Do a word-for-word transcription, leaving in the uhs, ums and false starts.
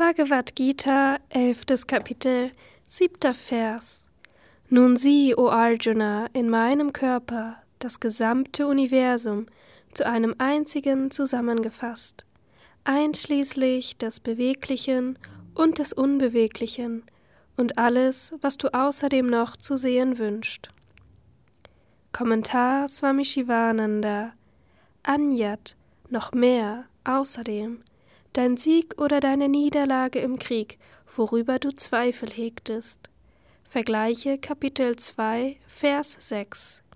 Bhagavad Gita, elftes Kapitel, siebter Vers. Nun sieh, o Arjuna, in meinem Körper das gesamte Universum zu einem einzigen zusammengefasst, einschließlich des Beweglichen und des Unbeweglichen und alles, was du außerdem noch zu sehen wünschst. Kommentar Swami Shivananda. Anyat, noch mehr, außerdem, dein Sieg oder deine Niederlage im Krieg, worüber du Zweifel hegtest. Vergleiche Kapitel zwei, Vers sechs.